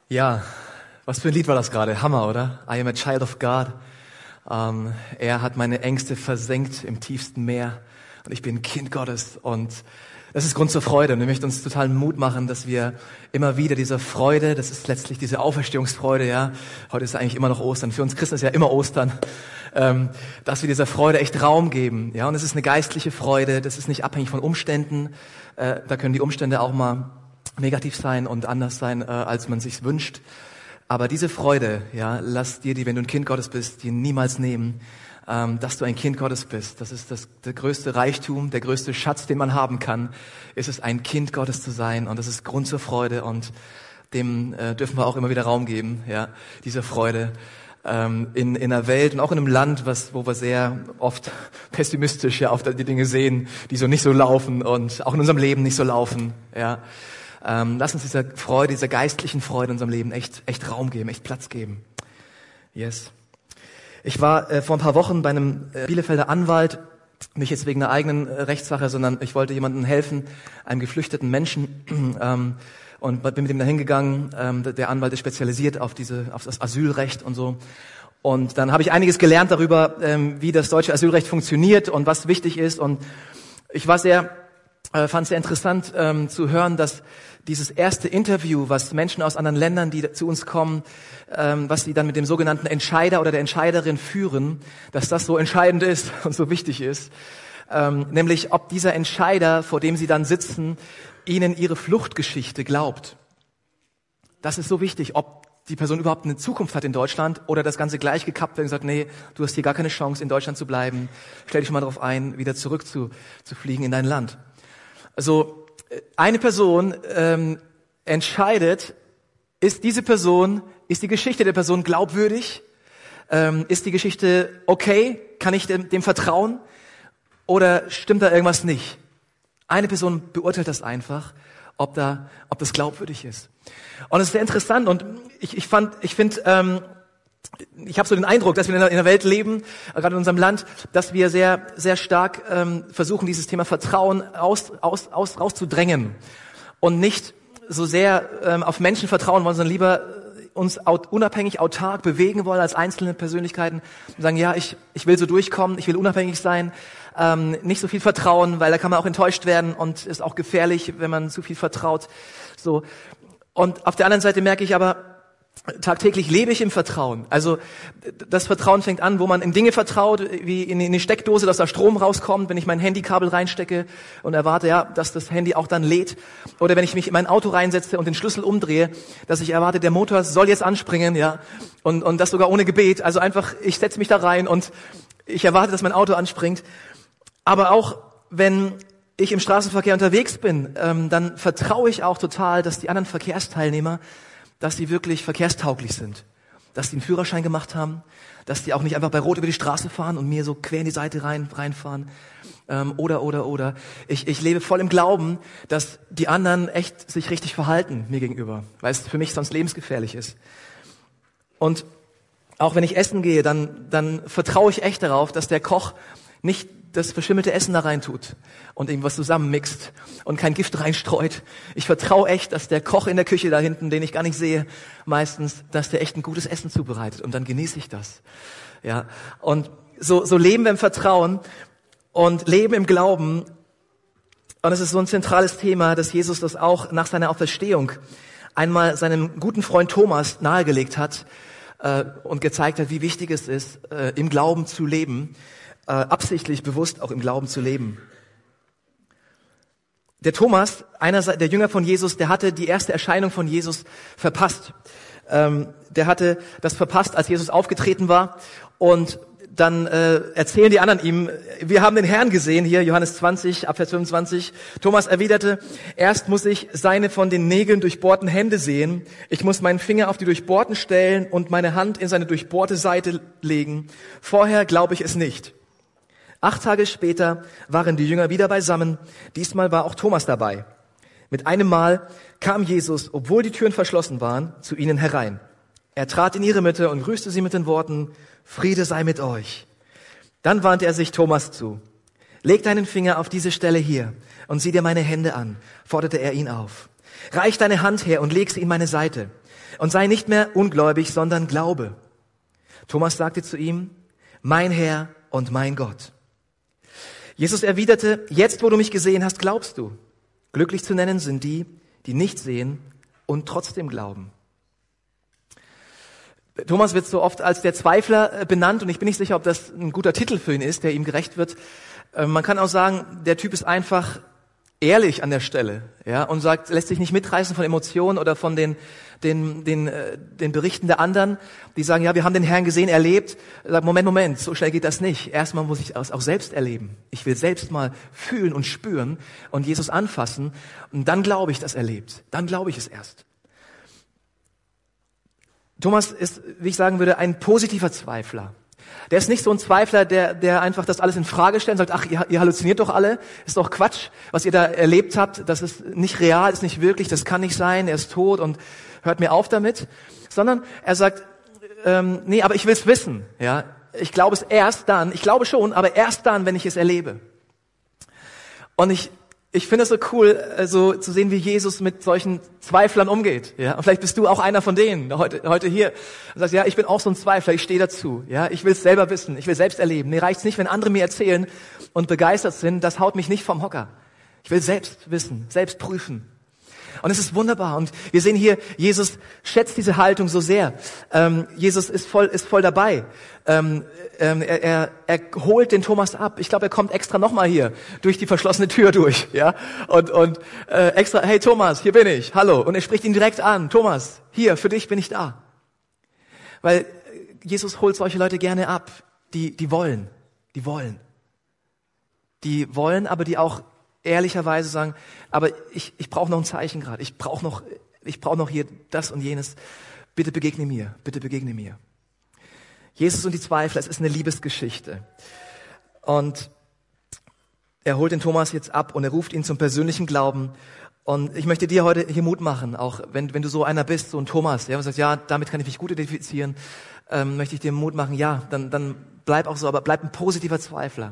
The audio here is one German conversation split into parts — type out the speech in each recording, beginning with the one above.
Ja, was für ein Lied war das gerade? Hammer, oder? I am a child of God. Er hat meine Ängste versenkt im tiefsten Meer und ich bin ein Kind Gottes und das ist Grund zur Freude und wir möchten uns total Mut machen, dass wir immer wieder dieser Freude, das ist letztlich diese Auferstehungsfreude, ja, heute ist eigentlich immer noch Ostern, für uns Christen ist ja immer Ostern, dass wir dieser Freude echt Raum geben, ja, und es ist eine geistliche Freude, das ist nicht abhängig von Umständen, da können die Umstände auch mal negativ sein und anders sein, als man sich's wünscht. Aber diese Freude, ja, lass dir die, wenn du ein Kind Gottes bist, die niemals nehmen, dass du ein Kind Gottes bist. Das ist der größte Reichtum, der größte Schatz, den man haben kann, ist es, ein Kind Gottes zu sein. Und das ist Grund zur Freude und dem dürfen wir auch immer wieder Raum geben, ja, dieser Freude. In einer Welt und auch in einem Land, wo wir sehr oft pessimistisch ja auf die Dinge sehen, die so nicht so laufen und auch in unserem Leben nicht so laufen, ja. Lass uns dieser Freude, dieser geistlichen Freude in unserem Leben echt Raum geben, echt Platz geben. Yes. Ich war vor ein paar Wochen bei einem Bielefelder Anwalt, nicht jetzt wegen einer eigenen Rechtssache, sondern ich wollte jemandem helfen, einem geflüchteten Menschen, und bin mit ihm da hingegangen. Der Anwalt ist spezialisiert auf das Asylrecht und so. Und dann habe ich einiges gelernt darüber, wie das deutsche Asylrecht funktioniert und was wichtig ist. Und ich fand es sehr interessant zu hören, dass dieses erste Interview, was Menschen aus anderen Ländern, die zu uns kommen, was sie dann mit dem sogenannten Entscheider oder der Entscheiderin führen, dass das so entscheidend ist und so wichtig ist. Nämlich, ob dieser Entscheider, vor dem sie dann sitzen, ihnen ihre Fluchtgeschichte glaubt. Das ist so wichtig, ob die Person überhaupt eine Zukunft hat in Deutschland oder das Ganze gleich gekappt wird und sagt, nee, du hast hier gar keine Chance, in Deutschland zu bleiben. Stell dich mal darauf ein, wieder zurück zu fliegen in dein Land. Also eine Person entscheidet, ist die Geschichte der Person glaubwürdig? Ist die Geschichte okay? Kann ich dem vertrauen? Oder stimmt da irgendwas nicht? Eine Person beurteilt das einfach, ob das glaubwürdig ist. Und es ist sehr interessant und ich habe so den Eindruck, dass wir in einer Welt leben, gerade in unserem Land, dass wir sehr, sehr stark versuchen, dieses Thema Vertrauen rauszudrängen und nicht so sehr auf Menschen vertrauen wollen, sondern lieber uns unabhängig, autark bewegen wollen als einzelne Persönlichkeiten und sagen, ja, ich will so durchkommen, ich will unabhängig sein, nicht so viel vertrauen, weil da kann man auch enttäuscht werden und ist auch gefährlich, wenn man zu viel vertraut. So. Und auf der anderen Seite merke ich aber, tagtäglich lebe ich im Vertrauen. Also das Vertrauen fängt an, wo man in Dinge vertraut, wie in eine Steckdose, dass da Strom rauskommt, wenn ich mein Handykabel reinstecke und erwarte, ja, dass das Handy auch dann lädt. Oder wenn ich mich in mein Auto reinsetze und den Schlüssel umdrehe, dass ich erwarte, der Motor soll jetzt anspringen, ja, und das sogar ohne Gebet. Also einfach, ich setze mich da rein und ich erwarte, dass mein Auto anspringt. Aber auch wenn ich im Straßenverkehr unterwegs bin, dann vertraue ich auch total, dass die anderen Verkehrsteilnehmer, dass die wirklich verkehrstauglich sind, dass die einen Führerschein gemacht haben, dass die auch nicht einfach bei Rot über die Straße fahren und mir so quer in die Seite reinfahren, oder. Ich lebe voll im Glauben, dass die anderen echt sich richtig verhalten mir gegenüber, weil es für mich sonst lebensgefährlich ist. Und auch wenn ich essen gehe, dann vertraue ich echt darauf, dass der Koch nicht das verschimmelte Essen da rein tut und irgendwas zusammenmixt und kein Gift reinstreut. Ich vertraue echt, dass der Koch in der Küche da hinten, den ich gar nicht sehe, meistens, dass der echt ein gutes Essen zubereitet und dann genieße ich das. Ja. Und so leben wir im Vertrauen und leben im Glauben. Und es ist so ein zentrales Thema, dass Jesus das auch nach seiner Auferstehung einmal seinem guten Freund Thomas nahegelegt hat und gezeigt hat, wie wichtig es ist, im Glauben zu leben. Absichtlich, bewusst auch im Glauben zu leben. Der Thomas, einer der Jünger von Jesus, der hatte die erste Erscheinung von Jesus verpasst. Der hatte das verpasst, als Jesus aufgetreten war. Und dann erzählen die anderen ihm, wir haben den Herrn gesehen, hier Johannes 20, Abvers 25. Thomas erwiderte, erst muss ich seine von den Nägeln durchbohrten Hände sehen. Ich muss meinen Finger auf die durchbohrten stellen und meine Hand in seine durchbohrte Seite legen. Vorher glaube ich es nicht. 8 Tage später waren die Jünger wieder beisammen. Diesmal war auch Thomas dabei. Mit einem Mal kam Jesus, obwohl die Türen verschlossen waren, zu ihnen herein. Er trat in ihre Mitte und grüßte sie mit den Worten, Friede sei mit euch. Dann wandte er sich Thomas zu. Leg deinen Finger auf diese Stelle hier und sieh dir meine Hände an, forderte er ihn auf. Reich deine Hand her und leg sie in meine Seite. und sei nicht mehr ungläubig, sondern glaube. Thomas sagte zu ihm, mein Herr und mein Gott. Jesus erwiderte, jetzt wo du mich gesehen hast, glaubst du. Glücklich zu nennen sind die, die nicht sehen und trotzdem glauben. Thomas wird so oft als der Zweifler benannt und ich bin nicht sicher, ob das ein guter Titel für ihn ist, der ihm gerecht wird. Man kann auch sagen, der Typ ist einfach ehrlich an der Stelle, ja, und sagt, lässt sich nicht mitreißen von Emotionen oder von den Berichten der anderen, die sagen, ja, wir haben den Herrn gesehen, erlebt. Er sagt, Moment, so schnell geht das nicht. Erstmal muss ich es auch selbst erleben. Ich will selbst mal fühlen und spüren und Jesus anfassen und dann glaube ich, das erlebt. Dann glaube ich es erst. Thomas ist, wie ich sagen würde, ein positiver Zweifler. Der ist nicht so ein Zweifler, der einfach das alles in Frage stellt und sagt, ach, ihr halluziniert doch alle, ist doch Quatsch, was ihr da erlebt habt, das ist nicht real, ist nicht wirklich, das kann nicht sein, er ist tot und hört mir auf damit. Sondern er sagt, nee, aber ich will es wissen, ja. Ich glaube es erst dann, ich glaube schon, aber erst dann, wenn ich es erlebe. Und ich finde es so cool, so zu sehen, wie Jesus mit solchen Zweiflern umgeht. Ja, und vielleicht bist du auch einer von denen heute hier. Und sagst, ja, ich bin auch so ein Zweifler, ich stehe dazu. Ja, ich will es selber wissen, ich will selbst erleben. Mir reicht's nicht, wenn andere mir erzählen und begeistert sind. Das haut mich nicht vom Hocker. Ich will selbst wissen, selbst prüfen. Und es ist wunderbar. Und wir sehen hier, Jesus schätzt diese Haltung so sehr. Jesus ist voll dabei. Er holt den Thomas ab. Ich glaube, er kommt extra nochmal hier durch die verschlossene Tür durch, ja. Und extra, hey Thomas, hier bin ich, hallo. Und er spricht ihn direkt an. Thomas, hier, für dich bin ich da. Weil Jesus holt solche Leute gerne ab, die wollen, aber die auch ehrlicherweise sagen, aber ich brauche noch ein Zeichen gerade. Ich brauche noch hier das und jenes. Bitte begegne mir. Jesus und die Zweifler, es ist eine Liebesgeschichte. Und er holt den Thomas jetzt ab und er ruft ihn zum persönlichen Glauben. Und ich möchte dir heute hier Mut machen, auch wenn du so einer bist, so ein Thomas, ja, und sagst, ja, damit kann ich mich gut identifizieren, möchte ich dir Mut machen, ja, dann bleib auch so, aber bleib ein positiver Zweifler.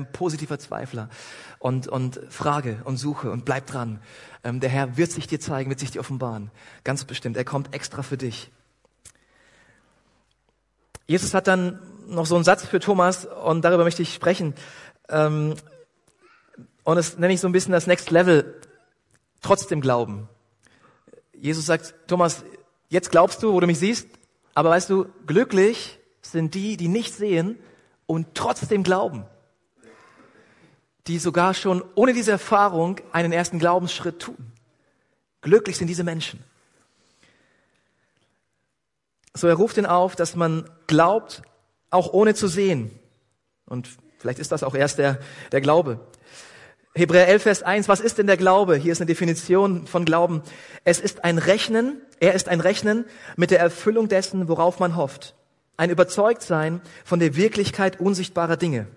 Und frage und suche und bleib dran. Der Herr wird sich dir zeigen, wird sich dir offenbaren. Ganz bestimmt. Er kommt extra für dich. Jesus hat dann noch so einen Satz für Thomas und darüber möchte ich sprechen. Und das nenne ich so ein bisschen das Next Level. Trotzdem glauben. Jesus sagt, Thomas, jetzt glaubst du, wo du mich siehst, aber weißt du, glücklich sind die, die nicht sehen und trotzdem glauben. Die sogar schon ohne diese Erfahrung einen ersten Glaubensschritt tun. Glücklich sind diese Menschen. So, er ruft ihn auf, dass man glaubt, auch ohne zu sehen. Und vielleicht ist das auch erst der Glaube. Hebräer 11, Vers 1, was ist denn der Glaube? Hier ist eine Definition von Glauben. Er ist ein Rechnen mit der Erfüllung dessen, worauf man hofft. Ein Überzeugtsein von der Wirklichkeit unsichtbarer Dinge.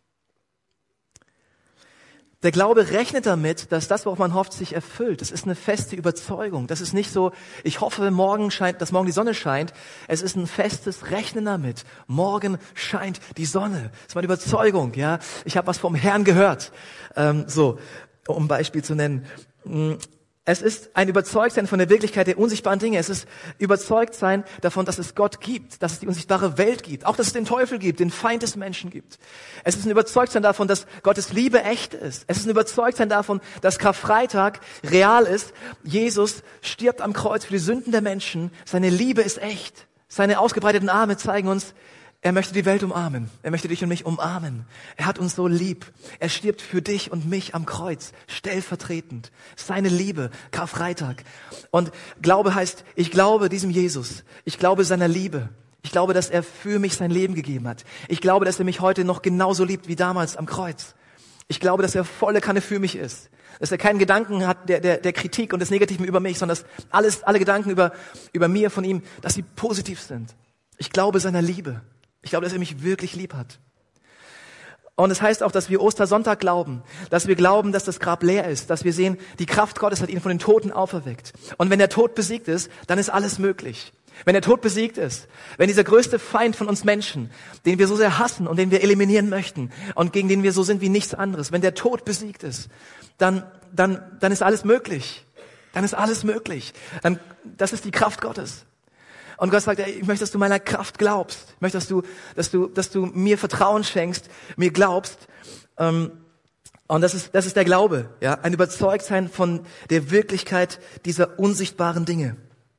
Der Glaube rechnet damit, dass das, worauf man hofft, sich erfüllt. Das ist eine feste Überzeugung. Das ist nicht so, ich hoffe, dass morgen die Sonne scheint. Es ist ein festes Rechnen damit. Morgen scheint die Sonne. Das ist meine Überzeugung, ja. Ich habe was vom Herrn gehört. So, um ein Beispiel zu nennen. Es ist ein Überzeugtsein von der Wirklichkeit der unsichtbaren Dinge. Es ist Überzeugtsein davon, dass es Gott gibt, dass es die unsichtbare Welt gibt, auch dass es den Teufel gibt, den Feind des Menschen gibt. Es ist ein Überzeugtsein davon, dass Gottes Liebe echt ist. Es ist ein Überzeugtsein davon, dass Karfreitag real ist. Jesus stirbt am Kreuz für die Sünden der Menschen. Seine Liebe ist echt. Seine ausgebreiteten Arme zeigen uns, er möchte die Welt umarmen. Er möchte dich und mich umarmen. Er hat uns so lieb. Er stirbt für dich und mich am Kreuz, stellvertretend. Seine Liebe, Karfreitag. Und Glaube heißt, ich glaube diesem Jesus. Ich glaube seiner Liebe. Ich glaube, dass er für mich sein Leben gegeben hat. Ich glaube, dass er mich heute noch genauso liebt wie damals am Kreuz. Ich glaube, dass er volle Kanne für mich ist. Dass er keinen Gedanken hat der Kritik und des Negativen über mich, sondern dass alle Gedanken über mir, von ihm, dass sie positiv sind. Ich glaube seiner Liebe. Ich glaube, dass er mich wirklich lieb hat. Und es heißt auch, dass wir Ostersonntag glauben, dass wir glauben, dass das Grab leer ist, dass wir sehen, die Kraft Gottes hat ihn von den Toten auferweckt. Und wenn der Tod besiegt ist, dann ist alles möglich. Wenn der Tod besiegt ist, wenn dieser größte Feind von uns Menschen, den wir so sehr hassen und den wir eliminieren möchten und gegen den wir so sind wie nichts anderes, wenn der Tod besiegt ist, dann ist alles möglich. Dann ist alles möglich. Das ist die Kraft Gottes. Und Gott sagt, ey, ich möchte, dass du meiner Kraft glaubst. Ich möchte, dass du mir Vertrauen schenkst, mir glaubst. Und das ist der Glaube, ja, ein Überzeugtsein von der Wirklichkeit dieser unsichtbaren Dinge.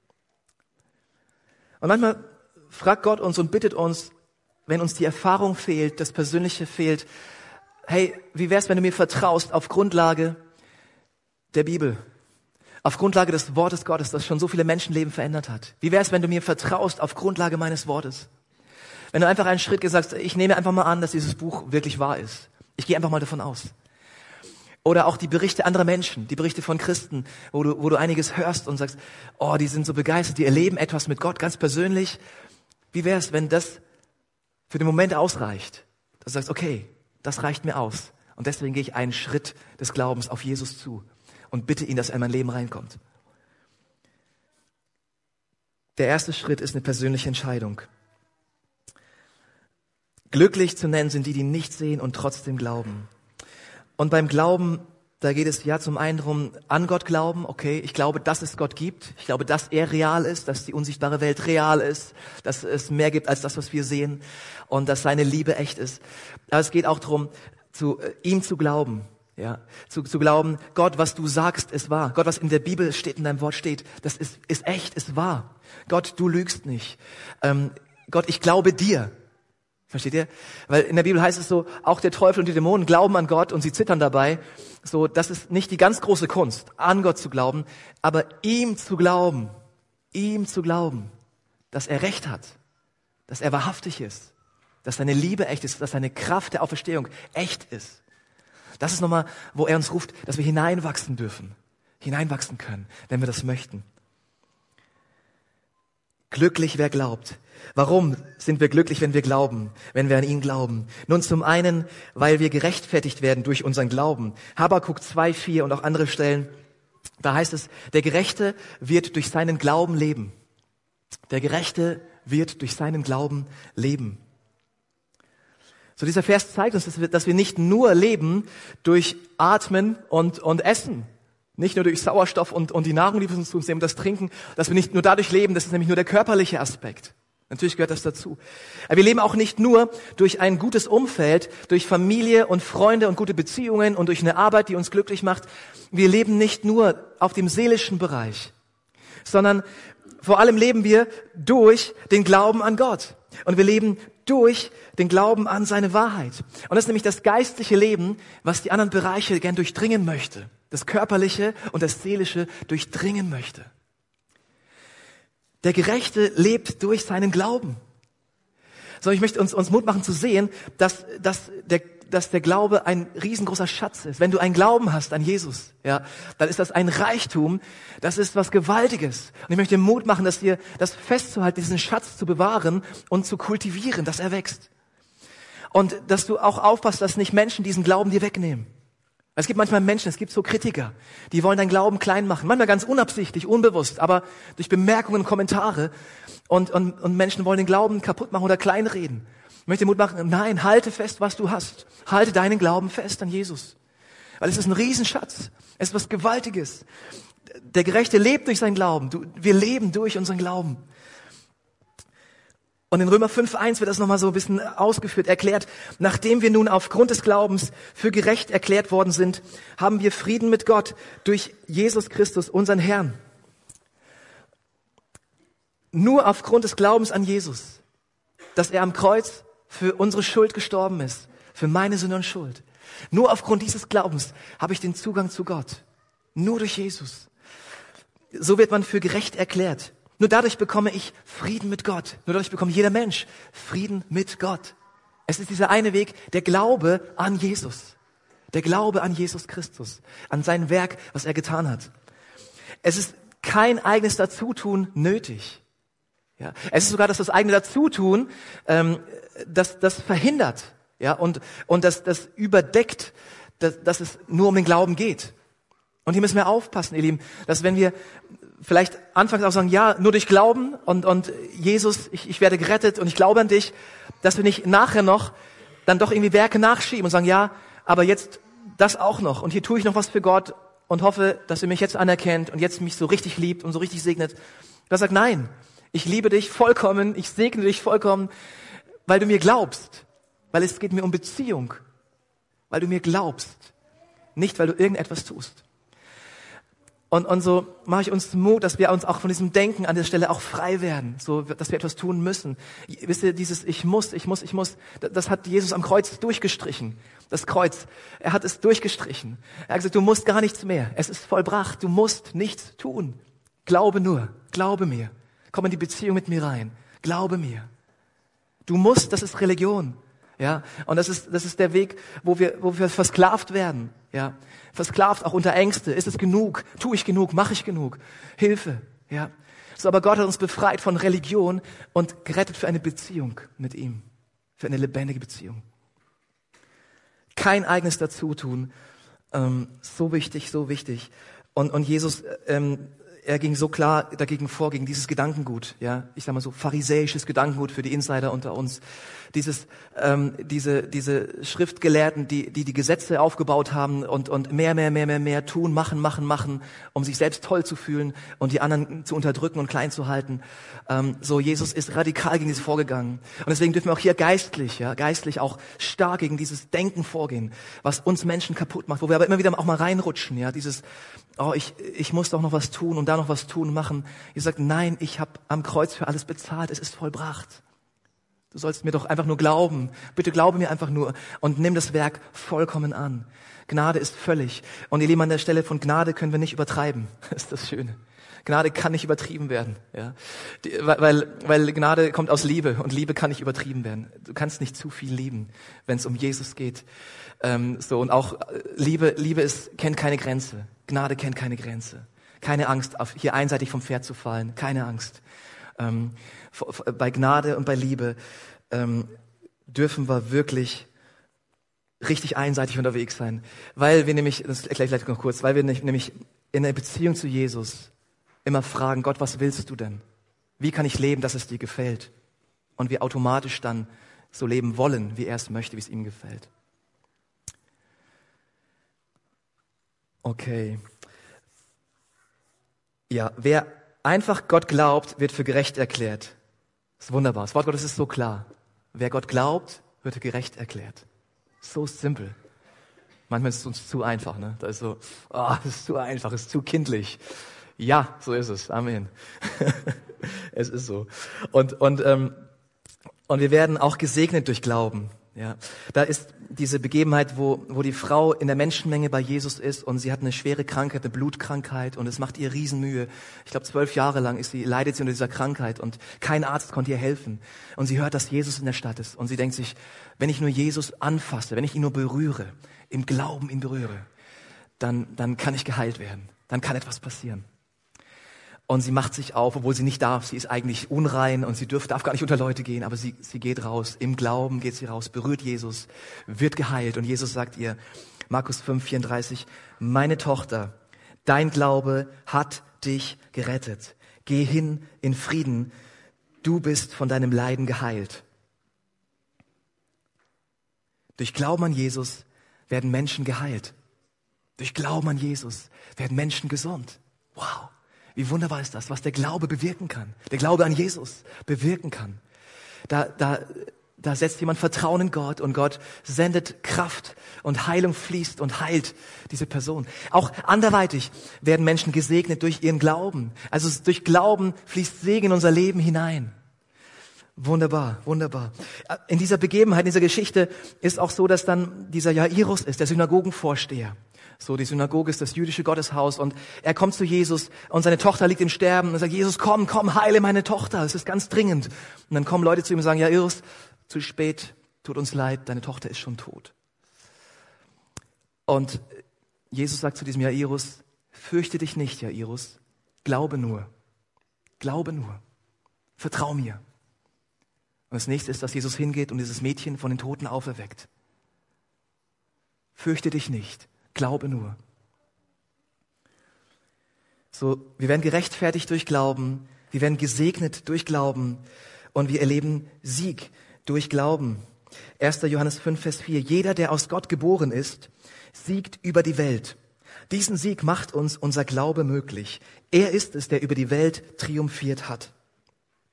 Und manchmal fragt Gott uns und bittet uns, wenn uns die Erfahrung fehlt, das Persönliche fehlt, hey, wie wär's, wenn du mir vertraust auf Grundlage der Bibel, auf Grundlage des Wortes Gottes, das schon so viele Menschenleben verändert hat? Wie wär's, wenn du mir vertraust auf Grundlage meines Wortes? Wenn du einfach einen Schritt gesagt hast, ich nehme einfach mal an, dass dieses Buch wirklich wahr ist. Ich gehe einfach mal davon aus. Oder auch die Berichte anderer Menschen, die Berichte von Christen, wo du einiges hörst und sagst, oh, die sind so begeistert, die erleben etwas mit Gott ganz persönlich. Wie wär's, wenn das für den Moment ausreicht? Dass du sagst, okay, das reicht mir aus. Und deswegen gehe ich einen Schritt des Glaubens auf Jesus zu und bitte ihn, dass er in mein Leben reinkommt. Der erste Schritt ist eine persönliche Entscheidung. Glücklich zu nennen sind die, die nicht sehen und trotzdem glauben. Und beim Glauben, da geht es ja zum einen darum, an Gott glauben. Okay, ich glaube, dass es Gott gibt. Ich glaube, dass er real ist, dass die unsichtbare Welt real ist, dass es mehr gibt als das, was wir sehen und dass seine Liebe echt ist. Aber es geht auch darum, ihm zu glauben. Ja, zu glauben, Gott, was du sagst, ist wahr. Gott, was in der Bibel steht, in deinem Wort steht, das ist echt, ist wahr. Gott, du lügst nicht. Gott, ich glaube dir. Versteht ihr? Weil in der Bibel heißt es so, auch der Teufel und die Dämonen glauben an Gott und sie zittern dabei. So, das ist nicht die ganz große Kunst, an Gott zu glauben, aber ihm zu glauben, dass er Recht hat, dass er wahrhaftig ist, dass seine Liebe echt ist, dass seine Kraft der Auferstehung echt ist. Das ist nochmal, wo er uns ruft, dass wir hineinwachsen dürfen, hineinwachsen können, wenn wir das möchten. Glücklich, wer glaubt. Warum sind wir glücklich, wenn wir glauben, wenn wir an ihn glauben? Nun, zum einen, weil wir gerechtfertigt werden durch unseren Glauben. Habakuk 2,4 und auch andere Stellen, da heißt es, der Gerechte wird durch seinen Glauben leben. Der Gerechte wird durch seinen Glauben leben. So, dieser Vers zeigt uns, dass wir nicht nur leben durch Atmen und Essen. Nicht nur durch Sauerstoff und die Nahrung, die wir uns zu uns nehmen, das Trinken, dass wir nicht nur dadurch leben, das ist nämlich nur der körperliche Aspekt. Natürlich gehört das dazu. Aber wir leben auch nicht nur durch ein gutes Umfeld, durch Familie und Freunde und gute Beziehungen und durch eine Arbeit, die uns glücklich macht. Wir leben nicht nur auf dem seelischen Bereich, sondern vor allem leben wir durch den Glauben an Gott. Und wir leben durch den Glauben an seine Wahrheit. Und das ist nämlich das geistliche Leben, was die anderen Bereiche gern durchdringen möchte. Das Körperliche und das Seelische durchdringen möchte. Der Gerechte lebt durch seinen Glauben. So, ich möchte uns Mut machen zu sehen, dass der Glaube ein riesengroßer Schatz ist. Wenn du einen Glauben hast an Jesus, ja, dann ist das ein Reichtum, das ist was Gewaltiges. Und ich möchte dir Mut machen, dass dir das festzuhalten, diesen Schatz zu bewahren und zu kultivieren, dass er wächst. Und dass du auch aufpasst, dass nicht Menschen diesen Glauben dir wegnehmen. Es gibt manchmal Menschen, es gibt so Kritiker, die wollen deinen Glauben klein machen. Manchmal ganz unabsichtlich, unbewusst, aber durch Bemerkungen, Kommentare. Und Menschen wollen den Glauben kaputt machen oder kleinreden. Ich möchte dir Mut machen, nein, halte fest, was du hast. Halte deinen Glauben fest an Jesus. Weil es ist ein Riesenschatz. Es ist was Gewaltiges. Der Gerechte lebt durch seinen Glauben. Wir leben durch unseren Glauben. Und in Römer 5,1 wird das nochmal so ein bisschen ausgeführt, erklärt, nachdem wir nun aufgrund des Glaubens für gerecht erklärt worden sind, haben wir Frieden mit Gott durch Jesus Christus, unseren Herrn. Nur aufgrund des Glaubens an Jesus, dass er am Kreuz für unsere Schuld gestorben ist, für meine Sünde und Schuld. Nur aufgrund dieses Glaubens habe ich den Zugang zu Gott. Nur durch Jesus. So wird man für gerecht erklärt. Nur dadurch bekomme ich Frieden mit Gott. Nur dadurch bekommt jeder Mensch Frieden mit Gott. Es ist dieser eine Weg, der Glaube an Jesus. Der Glaube an Jesus Christus. An sein Werk, was er getan hat. Es ist kein eigenes Dazutun nötig. Ja, es ist sogar, dass das eigene Dazutun, das verhindert, ja, und das überdeckt, dass es nur um den Glauben geht. Und hier müssen wir aufpassen, ihr Lieben, dass wenn wir vielleicht anfangs auch sagen, ja, nur durch Glauben und Jesus, ich werde gerettet und ich glaube an dich, dass wir nicht nachher noch dann doch irgendwie Werke nachschieben und sagen, ja, aber jetzt das auch noch und hier tue ich noch was für Gott und hoffe, dass er mich jetzt anerkennt und jetzt mich so richtig liebt und so richtig segnet. Gott sagt, nein, Ich liebe dich vollkommen, ich segne dich vollkommen, weil du mir glaubst. Weil es geht mir um Beziehung. Weil du mir glaubst. Nicht, weil du irgendetwas tust. Und so mache ich uns Mut, dass wir uns auch von diesem Denken an der Stelle auch frei werden, so, dass wir etwas tun müssen. Wisst ihr, dieses ich muss, das hat Jesus am Kreuz durchgestrichen. Das Kreuz, er hat es durchgestrichen. Er hat gesagt, du musst gar nichts mehr. Es ist vollbracht. Du musst nichts tun. Glaube nur. Glaube mir. Komm in die Beziehung mit mir rein. Glaube mir. Du musst, das ist Religion. Ja, und das ist der Weg, wo wir versklavt werden. Ja, versklavt auch unter Ängste. Ist es genug? Tue ich genug? Mache ich genug? Hilfe. Ja, so, aber Gott hat uns befreit von Religion und gerettet für eine Beziehung mit ihm, für eine lebendige Beziehung. Kein eigenes Dazutun, so wichtig, so wichtig. Und Jesus, er ging so klar dagegen vor, gegen dieses Gedankengut, ja, ich sag mal so pharisäisches Gedankengut für die Insider unter uns, diese Schriftgelehrten, die Gesetze aufgebaut haben und mehr tun, machen, um sich selbst toll zu fühlen und die anderen zu unterdrücken und klein zu halten. So, Jesus ist radikal gegen das vorgegangen. Und deswegen dürfen wir auch hier geistlich auch stark gegen dieses Denken vorgehen, was uns Menschen kaputt macht, wo wir aber immer wieder auch mal reinrutschen, ja, dieses, oh, ich muss doch noch was tun und da noch was tun und machen. Ihr sagt, nein, ich habe am Kreuz für alles bezahlt, es ist vollbracht. Du sollst mir doch einfach nur glauben. Bitte glaube mir einfach nur und nimm das Werk vollkommen an. Gnade ist völlig. Und ihr Lieben, an der Stelle von Gnade können wir nicht übertreiben. Das ist das Schöne. Gnade kann nicht übertrieben werden, ja, weil Gnade kommt aus Liebe und Liebe kann nicht übertrieben werden. Du kannst nicht zu viel lieben, wenn es um Jesus geht. So, und auch Liebe kennt keine Grenze. Gnade kennt keine Grenze. Keine Angst, hier einseitig vom Pferd zu fallen. Keine Angst. Bei Gnade und bei Liebe dürfen wir wirklich richtig einseitig unterwegs sein, weil wir nämlich, das erkläre ich gleich noch kurz, weil wir nämlich in der Beziehung zu Jesus immer fragen, Gott, was willst du denn? Wie kann ich leben, dass es dir gefällt? Und wir automatisch dann so leben wollen, wie er es möchte, wie es ihm gefällt. Okay. Ja, wer einfach Gott glaubt, wird für gerecht erklärt. Das ist wunderbar. Das Wort Gottes ist so klar. Wer Gott glaubt, wird für gerecht erklärt. So simpel. Manchmal ist es uns zu einfach, ne? Da ist so, das ist zu einfach, ist zu kindlich. Ja, so ist es. Amen. Es ist so. Und wir werden auch gesegnet durch Glauben. Ja, da ist diese Begebenheit, wo die Frau in der Menschenmenge bei Jesus ist und sie hat eine schwere Krankheit, eine Blutkrankheit und es macht ihr Riesenmühe. Ich glaube, 12 Jahre lang leidet sie unter dieser Krankheit und kein Arzt konnte ihr helfen. Und sie hört, dass Jesus in der Stadt ist und sie denkt sich, wenn ich nur Jesus anfasse, wenn ich ihn nur berühre, im Glauben ihn berühre, dann kann ich geheilt werden. Dann kann etwas passieren. Und sie macht sich auf, obwohl sie nicht darf. Sie ist eigentlich unrein und sie darf gar nicht unter Leute gehen, aber sie geht raus. Im Glauben geht sie raus, berührt Jesus, wird geheilt. Und Jesus sagt ihr, Markus 5,34, meine Tochter, dein Glaube hat dich gerettet. Geh hin in Frieden, du bist von deinem Leiden geheilt. Durch Glauben an Jesus werden Menschen geheilt. Durch Glauben an Jesus werden Menschen gesund. Wow. Wie wunderbar ist das, was der Glaube bewirken kann. Der Glaube an Jesus bewirken kann. Da setzt jemand Vertrauen in Gott und Gott sendet Kraft und Heilung fließt und heilt diese Person. Auch anderweitig werden Menschen gesegnet durch ihren Glauben. Also durch Glauben fließt Segen in unser Leben hinein. Wunderbar, wunderbar. In dieser Begebenheit, in dieser Geschichte ist auch so, dass dann dieser Jairus ist, der Synagogenvorsteher. So, die Synagoge ist das jüdische Gotteshaus und er kommt zu Jesus und seine Tochter liegt im Sterben und er sagt, Jesus, komm, heile meine Tochter, es ist ganz dringend. Und dann kommen Leute zu ihm und sagen, Jairus, zu spät, tut uns leid, deine Tochter ist schon tot. Und Jesus sagt zu diesem Jairus, fürchte dich nicht, Jairus, glaube nur, vertrau mir. Und das nächste ist, dass Jesus hingeht und dieses Mädchen von den Toten auferweckt. Fürchte dich nicht. Glaube nur. So, wir werden gerechtfertigt durch Glauben, wir werden gesegnet durch Glauben und wir erleben Sieg durch Glauben. 1. Johannes 5, Vers 4. Jeder, der aus Gott geboren ist, siegt über die Welt. Diesen Sieg macht uns unser Glaube möglich. Er ist es, der über die Welt triumphiert hat.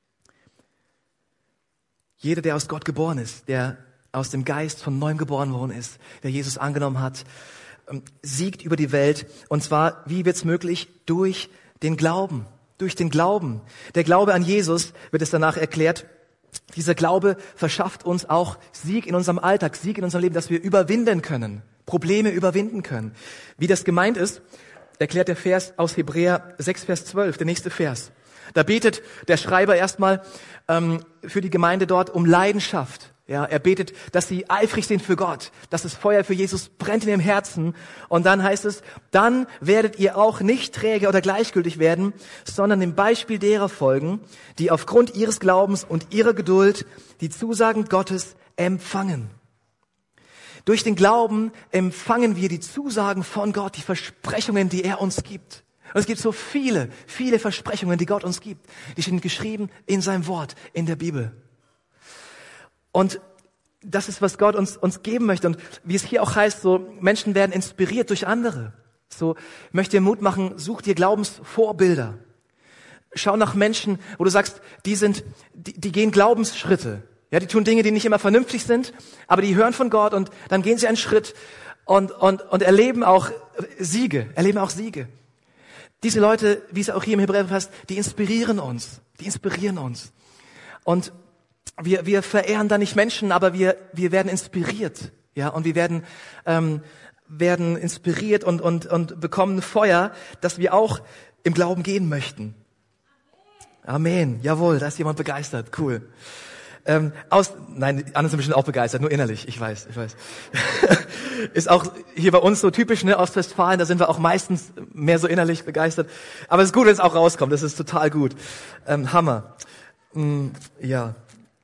Jeder, der aus Gott geboren ist, der aus dem Geist von neuem geboren worden ist, der Jesus angenommen hat, siegt über die Welt. Und zwar, wie wird's möglich? Durch den Glauben. Durch den Glauben. Der Glaube an Jesus, wird es danach erklärt, dieser Glaube verschafft uns auch Sieg in unserem Alltag, Sieg in unserem Leben, dass wir überwinden können, Probleme überwinden können. Wie das gemeint ist, erklärt der Vers aus Hebräer 6, Vers 12, der nächste Vers. Da betet der Schreiber erstmal für die Gemeinde dort um Leidenschaft. Ja, er betet, dass sie eifrig sind für Gott, dass das Feuer für Jesus brennt in ihrem Herzen. Und dann heißt es, dann werdet ihr auch nicht träge oder gleichgültig werden, sondern dem Beispiel derer folgen, die aufgrund ihres Glaubens und ihrer Geduld die Zusagen Gottes empfangen. Durch den Glauben empfangen wir die Zusagen von Gott, die Versprechungen, die er uns gibt. Und es gibt so viele, viele Versprechungen, die Gott uns gibt. Die sind geschrieben in seinem Wort, in der Bibel. Und das ist, was Gott uns geben möchte. Und wie es hier auch heißt, so Menschen werden inspiriert durch andere. So, ich möchte dir Mut machen, such dir Glaubensvorbilder. Schau nach Menschen, wo du sagst, die gehen Glaubensschritte. Ja, die tun Dinge, die nicht immer vernünftig sind, aber die hören von Gott und dann gehen sie einen Schritt und erleben auch Siege. Diese Leute, wie es auch hier im Hebräerbrief heißt, die inspirieren uns. Und wir verehren da nicht Menschen, aber wir werden inspiriert, ja, und wir werden inspiriert und bekommen Feuer, dass wir auch im Glauben gehen möchten. Amen. Jawohl, da ist jemand begeistert. Cool. Nein, die anderen sind bestimmt auch begeistert, nur innerlich. Ich weiß. Ist auch hier bei uns so typisch, ne, Ostwestfalen, da sind wir auch meistens mehr so innerlich begeistert. Aber es ist gut, wenn es auch rauskommt. Das ist total gut. Hammer. Ja.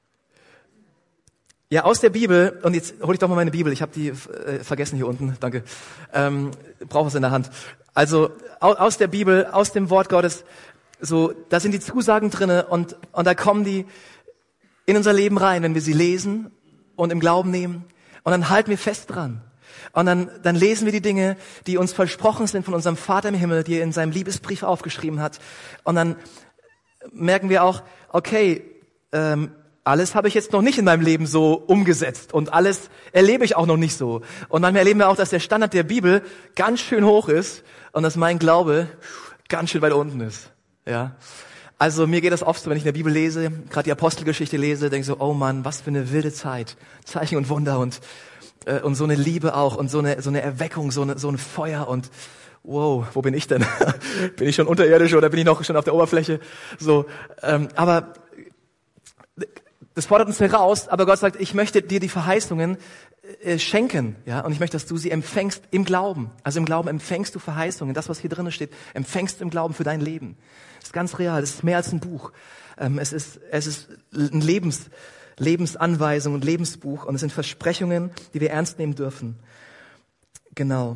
Ja, aus der Bibel, und jetzt hole ich doch mal meine Bibel, ich habe die vergessen hier unten, danke, brauche was in der Hand. Also aus der Bibel, aus dem Wort Gottes, so, da sind die Zusagen drinne und da kommen die in unser Leben rein, wenn wir sie lesen und im Glauben nehmen und dann halten wir fest dran. Und dann lesen wir die Dinge, die uns versprochen sind von unserem Vater im Himmel, die er in seinem Liebesbrief aufgeschrieben hat. Und dann merken wir auch, okay, alles habe ich jetzt noch nicht in meinem Leben so umgesetzt und alles erlebe ich auch noch nicht so. Und manchmal erleben wir auch, dass der Standard der Bibel ganz schön hoch ist und dass mein Glaube ganz schön weit unten ist. Ja. Also mir geht das oft so, wenn ich in der Bibel lese, gerade die Apostelgeschichte lese, denke ich so, oh Mann, was für eine wilde Zeit. Zeichen und Wunder und so eine Liebe auch und so eine Erweckung, so ein Feuer und wow, wo bin ich denn? Bin ich schon unterirdisch oder bin ich noch schon auf der Oberfläche? So, aber das fordert uns heraus, aber Gott sagt, ich möchte dir die Verheißungen schenken, ja, und ich möchte, dass du sie empfängst im Glauben. Also im Glauben empfängst du Verheißungen. Das, was hier drin steht, empfängst du im Glauben für dein Leben. Das ist ganz real. Das ist mehr als ein Buch. Es ist ein Lebensanweisung, ein Lebensbuch, und es sind Versprechungen, die wir ernst nehmen dürfen. Genau.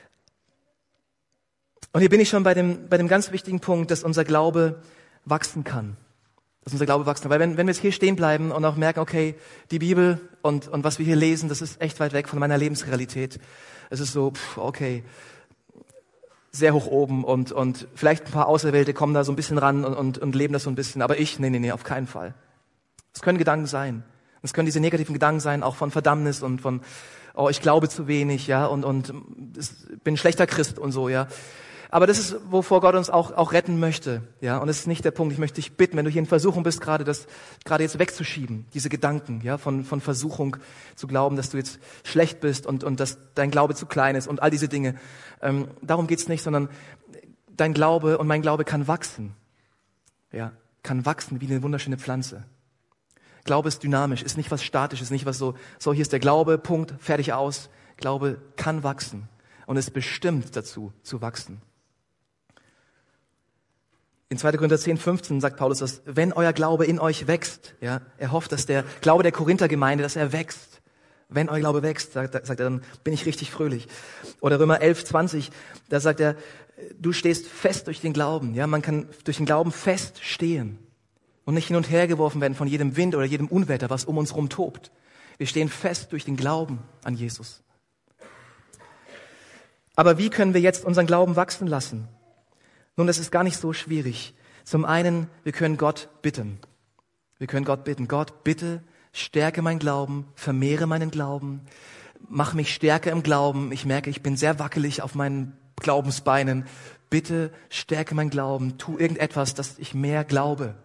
Und hier bin ich schon bei dem ganz wichtigen Punkt, dass unser Glaube wachsen kann. Weil wenn wir jetzt hier stehen bleiben und auch merken, okay, die Bibel und was wir hier lesen, das ist echt weit weg von meiner Lebensrealität. Es ist so, okay, sehr hoch oben und vielleicht ein paar Auserwählte kommen da so ein bisschen ran und leben das so ein bisschen. Aber nee, auf keinen Fall. Es können Gedanken sein. Es können diese negativen Gedanken sein, auch von Verdammnis und von, oh, ich glaube zu wenig, ja, und bin ein schlechter Christ und so, ja. Aber das ist, wovor Gott uns auch retten möchte, ja. Und das ist nicht der Punkt. Ich möchte dich bitten, wenn du hier in Versuchung bist, gerade jetzt wegzuschieben, diese Gedanken, ja, von Versuchung zu glauben, dass du jetzt schlecht bist und dass dein Glaube zu klein ist und all diese Dinge. Darum geht's nicht, sondern dein Glaube und mein Glaube kann wachsen, ja, kann wachsen wie eine wunderschöne Pflanze. Glaube ist dynamisch, ist nicht was Statisches, nicht was so, hier ist der Glaube, Punkt, fertig aus. Glaube kann wachsen und ist bestimmt dazu, zu wachsen. In 2. Korinther 10,15 sagt Paulus, dass wenn euer Glaube in euch wächst, ja, er hofft, dass der Glaube der Korinther-Gemeinde, dass er wächst. Wenn euer Glaube wächst, sagt er, dann bin ich richtig fröhlich. Oder Römer 11,20, da sagt er, du stehst fest durch den Glauben. Ja, man kann durch den Glauben fest stehen und nicht hin und her geworfen werden von jedem Wind oder jedem Unwetter, was um uns rum tobt. Wir stehen fest durch den Glauben an Jesus. Aber wie können wir jetzt unseren Glauben wachsen lassen? Nun, das ist gar nicht so schwierig. Zum einen, wir können Gott bitten. Gott, bitte, stärke meinen Glauben, vermehre meinen Glauben, mach mich stärker im Glauben. Ich merke, ich bin sehr wackelig auf meinen Glaubensbeinen. Bitte stärke meinen Glauben, tu irgendetwas, dass ich mehr glaube.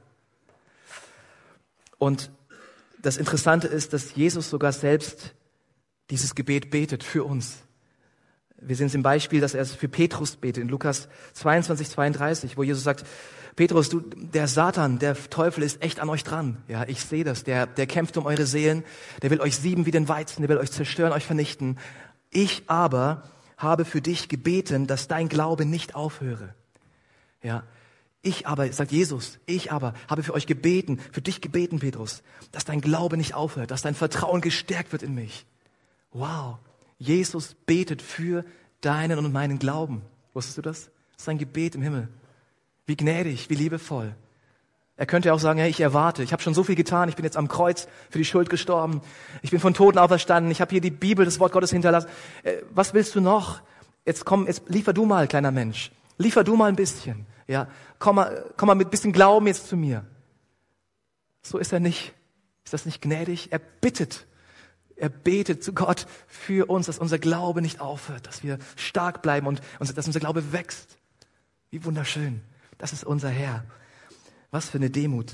Und das Interessante ist, dass Jesus sogar selbst dieses Gebet betet für uns. Wir sehen es im Beispiel, dass er es für Petrus betet, in Lukas 22, 32, wo Jesus sagt, Petrus, der Satan, der Teufel ist echt an euch dran. Ja, ich sehe das. Der kämpft um eure Seelen. Der will euch sieben wie den Weizen. Der will euch zerstören, euch vernichten. Ich aber habe für dich gebeten, dass dein Glaube nicht aufhöre. Ja, ich aber, sagt Jesus, ich aber habe für euch gebeten, für dich gebeten, Petrus, dass dein Glaube nicht aufhört, dass dein Vertrauen gestärkt wird in mich. Wow, Jesus betet für deinen und meinen Glauben. Wusstest du das? Das ist ein Gebet im Himmel. Wie gnädig, wie liebevoll. Er könnte auch sagen, hey, ich erwarte, ich habe schon so viel getan, ich bin jetzt am Kreuz für die Schuld gestorben, ich bin von Toten auferstanden, ich habe hier die Bibel, das Wort Gottes hinterlassen. Was willst du noch? Jetzt liefer du mal, kleiner Mensch. Liefer du mal ein bisschen. Ja, komm mal mit ein bisschen Glauben jetzt zu mir. So ist er nicht. Ist das nicht gnädig? Er betet zu Gott für uns, dass unser Glaube nicht aufhört, dass wir stark bleiben und dass unser Glaube wächst. Wie wunderschön. Das ist unser Herr. Was für eine Demut.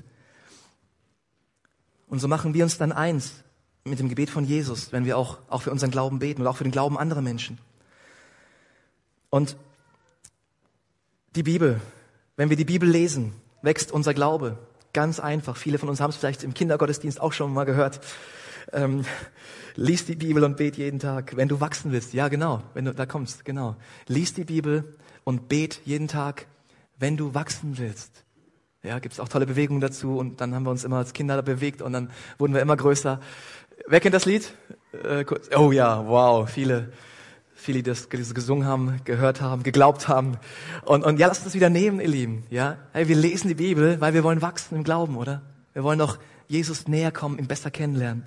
Und so machen wir uns dann eins mit dem Gebet von Jesus, wenn wir auch für unseren Glauben beten und auch für den Glauben anderer Menschen. Und die Bibel, wenn wir die Bibel lesen, wächst unser Glaube. Ganz einfach. Viele von uns haben es vielleicht im Kindergottesdienst auch schon mal gehört. Lies die Bibel und bet jeden Tag, wenn du wachsen willst. Ja, genau, wenn du da kommst, genau. Lies die Bibel und bet jeden Tag, wenn du wachsen willst. Ja, gibt's auch tolle Bewegungen dazu und dann haben wir uns immer als Kinder da bewegt und dann wurden wir immer größer. Wer kennt das Lied? Oh ja, wow, viele, die das gesungen haben, gehört haben, geglaubt haben. Und ja, lasst uns das wieder nehmen, ihr Lieben. Ja, hey, wir lesen die Bibel, weil wir wollen wachsen im Glauben, oder? Wir wollen doch Jesus näher kommen, ihn besser kennenlernen.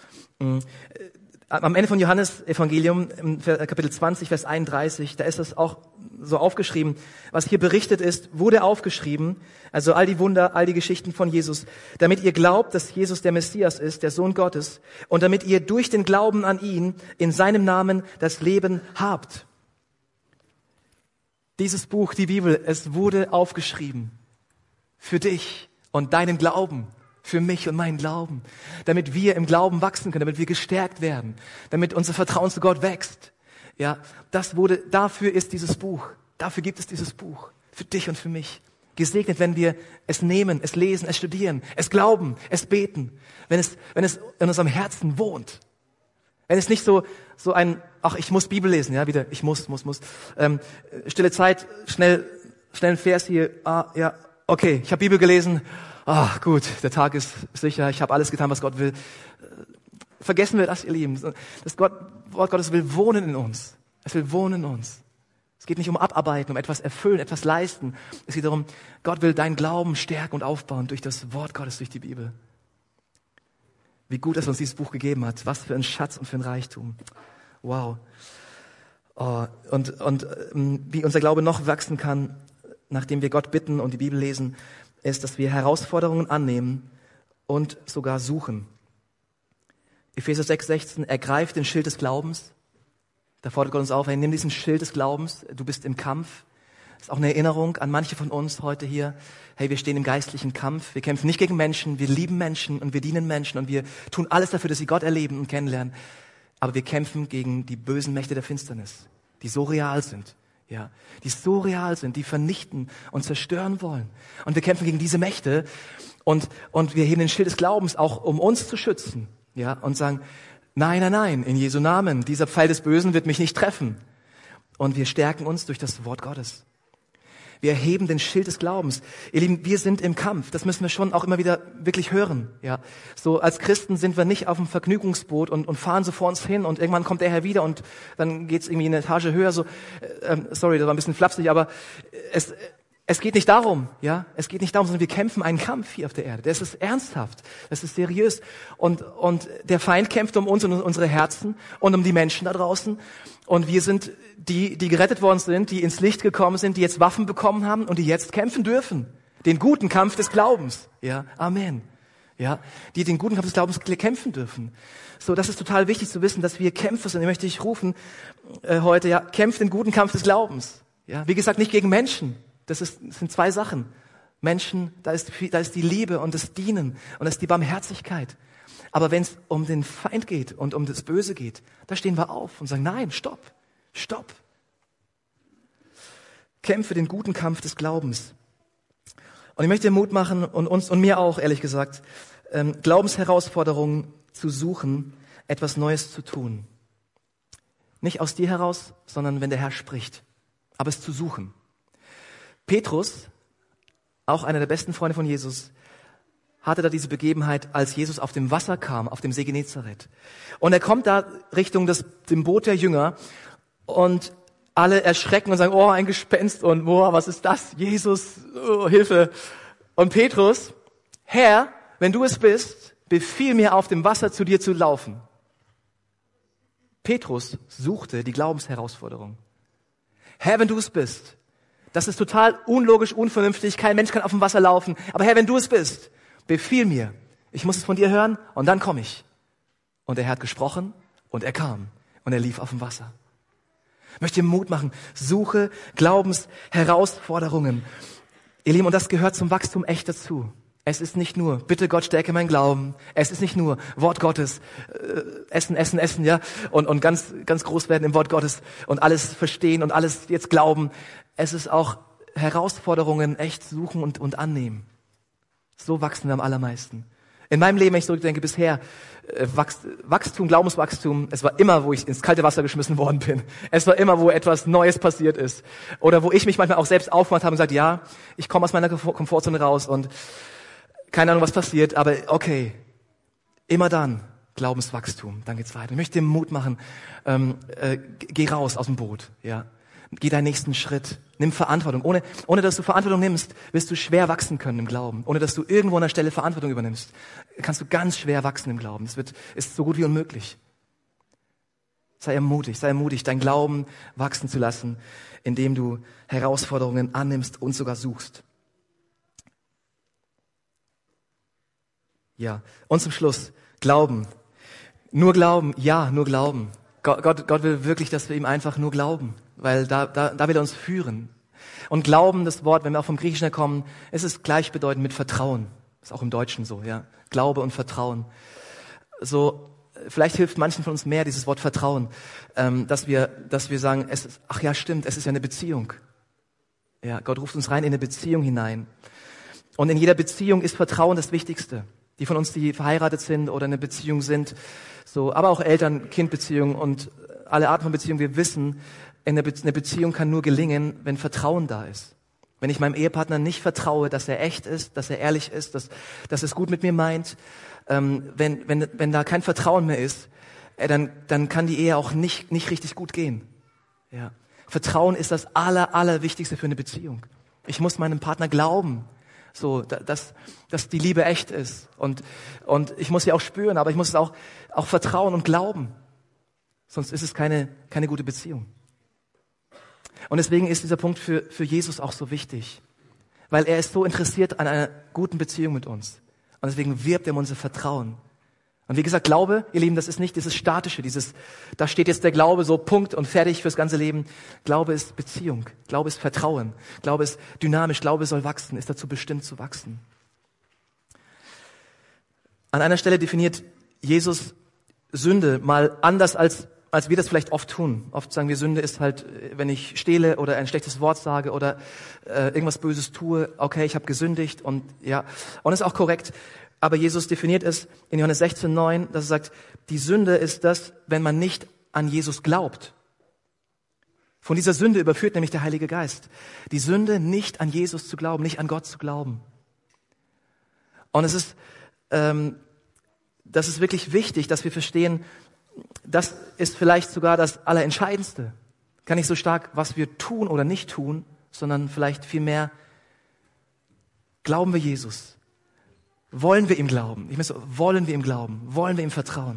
Am Ende von Johannes Evangelium, im Kapitel 20, Vers 31, da ist das auch so aufgeschrieben. Was hier berichtet ist, wurde aufgeschrieben. Also all die Wunder, all die Geschichten von Jesus, damit ihr glaubt, dass Jesus der Messias ist, der Sohn Gottes, und damit ihr durch den Glauben an ihn in seinem Namen das Leben habt. Dieses Buch, die Bibel, es wurde aufgeschrieben für dich und deinen Glauben. Für mich und meinen Glauben, damit wir im Glauben wachsen können, damit wir gestärkt werden, damit unser Vertrauen zu Gott wächst. Ja, dafür ist dieses Buch, dafür gibt es dieses Buch, für dich und für mich. Gesegnet, wenn wir es nehmen, es lesen, es studieren, es glauben, es beten, wenn es in unserem Herzen wohnt. Wenn es nicht so ein, ach, ich muss Bibel lesen, ja, wieder, ich muss. Stille Zeit, schnell ein Vers hier, ja, okay, ich habe Bibel gelesen. Gut, der Tag ist sicher, ich habe alles getan, was Gott will. Vergessen wir das, ihr Lieben. Das Wort Gottes will wohnen in uns. Es will wohnen in uns. Es geht nicht um Abarbeiten, um etwas erfüllen, etwas leisten. Es geht darum, Gott will deinen Glauben stärken und aufbauen durch das Wort Gottes, durch die Bibel. Wie gut, dass er uns dieses Buch gegeben hat. Was für ein Schatz und für ein Reichtum. Wow. Und wie unser Glaube noch wachsen kann, nachdem wir Gott bitten und die Bibel lesen, ist, dass wir Herausforderungen annehmen und sogar suchen. Epheser 6,16, ergreift den Schild des Glaubens. Da fordert Gott uns auf, hey, nimm diesen Schild des Glaubens, du bist im Kampf. Das ist auch eine Erinnerung an manche von uns heute hier. Hey, wir stehen im geistlichen Kampf. Wir kämpfen nicht gegen Menschen, wir lieben Menschen und wir dienen Menschen und wir tun alles dafür, dass sie Gott erleben und kennenlernen. Aber wir kämpfen gegen die bösen Mächte der Finsternis, die so real sind. Ja, die so real sind, die vernichten und zerstören wollen. Und wir kämpfen gegen diese Mächte und wir heben den Schild des Glaubens auch, um uns zu schützen. Ja, und sagen, nein, in Jesu Namen, dieser Pfeil des Bösen wird mich nicht treffen. Und wir stärken uns durch das Wort Gottes. Wir erheben den Schild des Glaubens. Ihr Lieben, wir sind im Kampf. Das müssen wir schon auch immer wieder wirklich hören. Ja, so als Christen sind wir nicht auf dem Vergnügungsboot und fahren so vor uns hin und irgendwann kommt der Herr wieder und dann geht's irgendwie eine Etage höher. So, sorry, das war ein bisschen flapsig, aber es geht nicht darum, ja, sondern wir kämpfen einen Kampf hier auf der Erde. Das ist ernsthaft, das ist seriös und der Feind kämpft um uns und um unsere Herzen und um die Menschen da draußen und wir sind die gerettet worden sind, die ins Licht gekommen sind, die jetzt Waffen bekommen haben und die jetzt kämpfen dürfen. Den guten Kampf des Glaubens. Ja, Amen. ja, die den guten Kampf des Glaubens kämpfen dürfen. So, das ist total wichtig zu wissen, dass wir Kämpfer sind. Ich möchte dich rufen heute, ja, kämpft den guten Kampf des Glaubens. Ja, wie gesagt, nicht gegen Menschen. Das sind zwei Sachen. Menschen, da ist die Liebe und das Dienen und das ist die Barmherzigkeit. Aber wenn es um den Feind geht und um das Böse geht, da stehen wir auf und sagen, nein, stopp. Kämpfe den guten Kampf des Glaubens. Und ich möchte dir Mut machen und uns und mir auch, ehrlich gesagt, Glaubensherausforderungen zu suchen, etwas Neues zu tun. Nicht aus dir heraus, sondern wenn der Herr spricht. Aber es zu suchen. Petrus, auch einer der besten Freunde von Jesus, hatte da diese Begebenheit, als Jesus auf dem Wasser kam, auf dem See Genezareth. Und er kommt da Richtung dem Boot der Jünger und alle erschrecken und sagen, oh, ein Gespenst und oh, was ist das? Jesus, oh, Hilfe. Und Petrus, Herr, wenn du es bist, befiehl mir auf dem Wasser zu dir zu laufen. Petrus suchte die Glaubensherausforderung. Herr, wenn du es bist, das ist total unlogisch, unvernünftig, kein Mensch kann auf dem Wasser laufen, aber Herr, wenn du es bist, befiehl mir, ich muss es von dir hören und dann komme ich. Und der Herr hat gesprochen und er kam und er lief auf dem Wasser. Ich möchte dir Mut machen, suche Glaubensherausforderungen. Ihr Lieben, und das gehört zum Wachstum echt dazu. Es ist nicht nur, bitte Gott, stärke meinen Glauben. Es ist nicht nur Wort Gottes, essen, ja, und ganz groß werden im Wort Gottes und alles verstehen und alles jetzt glauben. Es ist auch Herausforderungen echt suchen und annehmen. So wachsen wir am allermeisten. In meinem Leben, wenn ich zurückdenke, bisher, Wachstum, Glaubenswachstum, es war immer, wo ich ins kalte Wasser geschmissen worden bin. Es war immer, wo etwas Neues passiert ist. Oder wo ich mich manchmal auch selbst aufgemacht habe und gesagt, ja, ich komme aus meiner Komfortzone raus und keine Ahnung, was passiert, aber okay. Immer dann Glaubenswachstum, dann geht's weiter. Ich möchte dir Mut machen, geh raus aus dem Boot, ja. Geh deinen nächsten Schritt, nimm Verantwortung. Ohne dass du Verantwortung nimmst, wirst du schwer wachsen können im Glauben. Ohne dass du irgendwo an der Stelle Verantwortung übernimmst, kannst du ganz schwer wachsen im Glauben. Ist so gut wie unmöglich. Sei ermutigt, dein Glauben wachsen zu lassen, indem du Herausforderungen annimmst und sogar suchst. Ja, und zum Schluss, Glauben. Nur Glauben, ja, nur Glauben. Gott will wirklich, dass wir ihm einfach nur glauben, weil da will er uns führen. Und Glauben, das Wort, wenn wir auch vom Griechischen herkommen, ist es gleichbedeutend mit Vertrauen. Ist auch im Deutschen so, ja. Glaube und Vertrauen. So, vielleicht hilft manchen von uns mehr dieses Wort Vertrauen, dass wir sagen, ach ja, stimmt, es ist ja eine Beziehung. Ja, Gott ruft uns rein in eine Beziehung hinein. Und in jeder Beziehung ist Vertrauen das Wichtigste. Die von uns, die verheiratet sind oder in einer Beziehung sind, so, aber auch Eltern-Kind-Beziehungen und alle Arten von Beziehungen. Wir wissen, eine Beziehung kann nur gelingen, wenn Vertrauen da ist. Wenn ich meinem Ehepartner nicht vertraue, dass er echt ist, dass er ehrlich ist, dass es gut mit mir meint, wenn da kein Vertrauen mehr ist, dann kann die Ehe auch nicht richtig gut gehen. Ja. Vertrauen ist das Allerwichtigste für eine Beziehung. Ich muss meinem Partner glauben, so, dass die Liebe echt ist. Und ich muss sie auch spüren, aber ich muss es auch vertrauen und glauben. Sonst ist es keine gute Beziehung. Und deswegen ist dieser Punkt für Jesus auch so wichtig. Weil er ist so interessiert an einer guten Beziehung mit uns. Und deswegen wirbt er um unser Vertrauen. Und wie gesagt, Glaube, ihr Lieben, das ist nicht dieses Statische, da steht jetzt der Glaube so, Punkt und fertig fürs ganze Leben. Glaube ist Beziehung, Glaube ist Vertrauen, Glaube ist dynamisch, Glaube soll wachsen, ist dazu bestimmt zu wachsen. An einer Stelle definiert Jesus Sünde mal anders, als wir das vielleicht oft tun. Oft sagen wir, Sünde ist halt, wenn ich stehle oder ein schlechtes Wort sage oder irgendwas Böses tue, okay, ich habe gesündigt und ja, und das ist auch korrekt. Aber Jesus definiert es in Johannes 16,9, dass er sagt, die Sünde ist das, wenn man nicht an Jesus glaubt. Von dieser Sünde überführt nämlich der Heilige Geist. Die Sünde, nicht an Jesus zu glauben, nicht an Gott zu glauben. Und das ist wirklich wichtig, dass wir verstehen, das ist vielleicht sogar das Allerentscheidendste. Gar nicht so stark, was wir tun oder nicht tun, sondern vielleicht viel mehr, glauben wir Jesus? Wollen wir ihm glauben? Ich meine so, wollen wir ihm glauben? Wollen wir ihm vertrauen?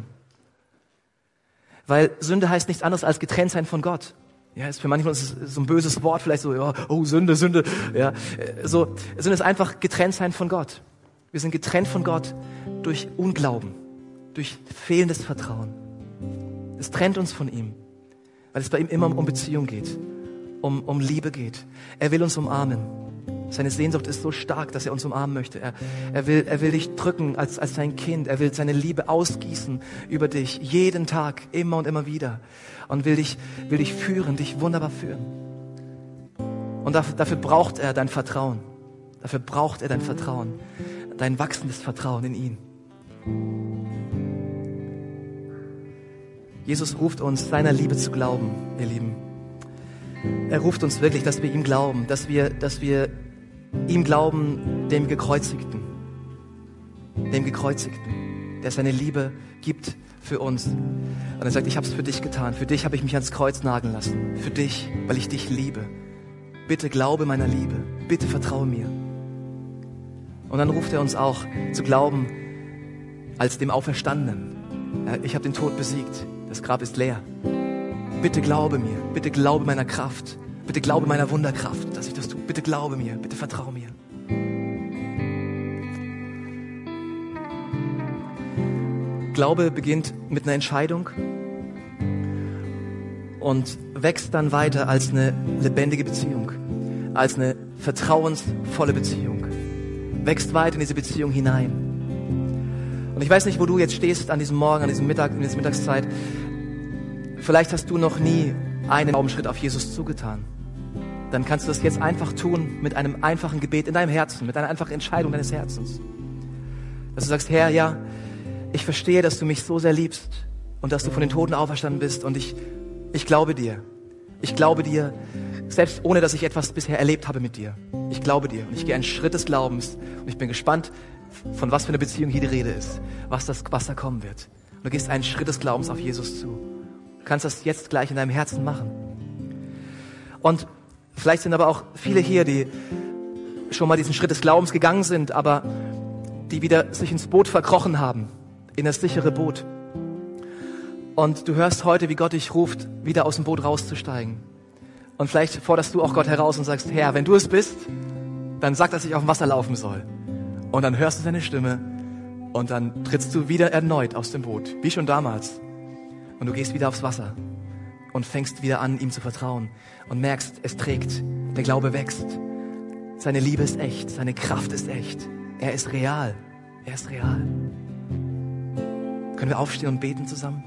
Weil Sünde heißt nichts anderes als getrennt sein von Gott. Ja, ist für manche von uns so ein böses Wort, vielleicht so, ja, oh, Sünde, ja. So, Sünde ist einfach getrennt sein von Gott. Wir sind getrennt von Gott durch Unglauben, durch fehlendes Vertrauen. Es trennt uns von ihm, weil es bei ihm immer um Beziehung geht, um Liebe geht. Er will uns umarmen. Seine Sehnsucht ist so stark, dass er uns umarmen möchte. Er will dich drücken als sein Kind. Er will seine Liebe ausgießen über dich, jeden Tag, immer und immer wieder. Und will dich führen, dich wunderbar führen. Und dafür braucht er dein Vertrauen. Dafür braucht er dein Vertrauen. Dein wachsendes Vertrauen in ihn. Jesus ruft uns, seiner Liebe zu glauben, ihr Lieben. Er ruft uns wirklich, dass wir ihm glauben, dass wir ihm glauben, dem Gekreuzigten, der seine Liebe gibt für uns. Und er sagt, ich habe es für dich getan, für dich habe ich mich ans Kreuz nageln lassen, für dich, weil ich dich liebe. Bitte glaube meiner Liebe, bitte vertraue mir. Und dann ruft er uns auch zu glauben als dem Auferstandenen. Ich habe den Tod besiegt, das Grab ist leer. Bitte glaube mir, bitte glaube meiner Kraft, bitte glaube meiner Wunderkraft, dass ich das tue. Bitte glaube mir, bitte vertraue mir. Glaube beginnt mit einer Entscheidung und wächst dann weiter als eine lebendige Beziehung, als eine vertrauensvolle Beziehung. Wächst weiter in diese Beziehung hinein. Und ich weiß nicht, wo du jetzt stehst an diesem Morgen, an diesem Mittag, in dieser Mittagszeit. Vielleicht hast du noch nie einen Glaubensschritt auf Jesus zugetan. Dann kannst du das jetzt einfach tun mit einem einfachen Gebet in deinem Herzen, mit einer einfachen Entscheidung deines Herzens. Dass du sagst, Herr, ja, ich verstehe, dass du mich so sehr liebst und dass du von den Toten auferstanden bist und ich glaube dir. Ich glaube dir, selbst ohne, dass ich etwas bisher erlebt habe mit dir. Ich glaube dir und ich gehe einen Schritt des Glaubens und ich bin gespannt, von was für einer Beziehung hier die Rede ist, was da kommen wird. Und du gehst einen Schritt des Glaubens auf Jesus zu. Du kannst das jetzt gleich in deinem Herzen machen. Und vielleicht sind aber auch viele hier, die schon mal diesen Schritt des Glaubens gegangen sind, aber die wieder sich ins Boot verkrochen haben, in das sichere Boot. Und du hörst heute, wie Gott dich ruft, wieder aus dem Boot rauszusteigen. Und vielleicht forderst du auch Gott heraus und sagst, Herr, wenn du es bist, dann sag, dass ich auf dem Wasser laufen soll. Und dann hörst du seine Stimme und dann trittst du wieder erneut aus dem Boot, wie schon damals. Und du gehst wieder aufs Wasser und fängst wieder an, ihm zu vertrauen und merkst, es trägt, der Glaube wächst. Seine Liebe ist echt, seine Kraft ist echt. Er ist real, er ist real. Können wir aufstehen und beten zusammen?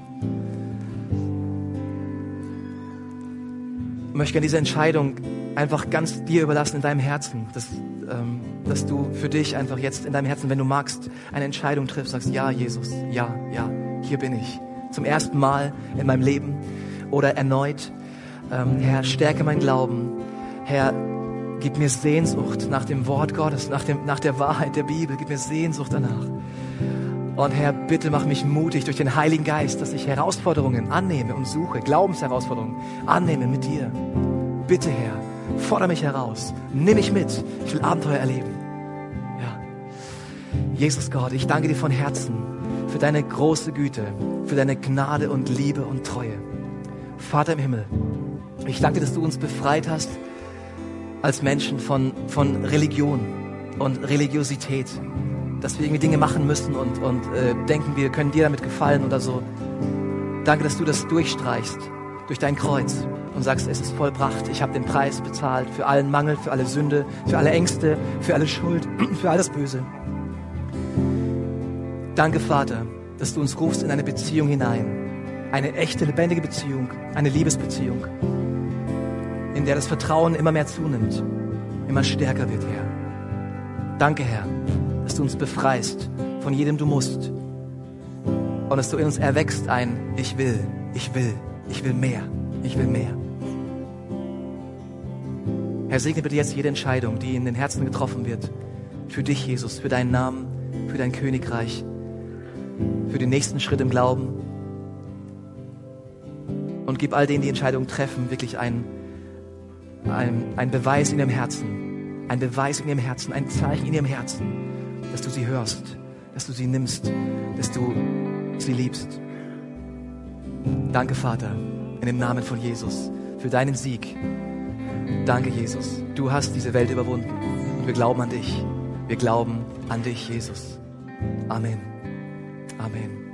Ich möchte gerne diese Entscheidung einfach ganz dir überlassen in deinem Herzen, dass du für dich einfach jetzt in deinem Herzen, wenn du magst, eine Entscheidung triffst, sagst, ja, Jesus, ja, hier bin ich. Zum ersten Mal in meinem Leben oder erneut. Herr, stärke meinen Glauben. Herr, gib mir Sehnsucht nach dem Wort Gottes, nach der Wahrheit der Bibel. Gib mir Sehnsucht danach. Und Herr, bitte mach mich mutig durch den Heiligen Geist, dass ich Herausforderungen annehme und suche, Glaubensherausforderungen annehme mit dir. Bitte, Herr, fordere mich heraus. Nimm mich mit. Ich will Abenteuer erleben. Ja. Jesus Gott, ich danke dir von Herzen für deine große Güte, für deine Gnade und Liebe und Treue. Vater im Himmel, ich danke dir, dass du uns befreit hast als Menschen von Religion und Religiosität, dass wir irgendwie Dinge machen müssen und denken, wir können dir damit gefallen oder so. Danke, dass du das durchstreichst durch dein Kreuz und sagst, es ist vollbracht. Ich habe den Preis bezahlt für allen Mangel, für alle Sünde, für alle Ängste, für alle Schuld, für alles Böse. Danke, Vater, dass du uns rufst in eine Beziehung hinein. Eine echte, lebendige Beziehung, eine Liebesbeziehung, in der das Vertrauen immer mehr zunimmt, immer stärker wird, Herr. Danke, Herr, dass du uns befreist von jedem Du musst und dass du in uns erwächst ein Ich will mehr, ich will mehr. Herr, segne bitte jetzt jede Entscheidung, die in den Herzen getroffen wird, für dich, Jesus, für deinen Namen, für dein Königreich, für den nächsten Schritt im Glauben. Und gib all denen, die Entscheidungen treffen, wirklich ein Beweis in ihrem Herzen, ein Beweis in ihrem Herzen, ein Zeichen in ihrem Herzen, dass du sie hörst, dass du sie nimmst, dass du sie liebst. Danke, Vater, in dem Namen von Jesus, für deinen Sieg. Danke, Jesus, du hast diese Welt überwunden und wir glauben an dich. Wir glauben an dich, Jesus. Amen. Amen.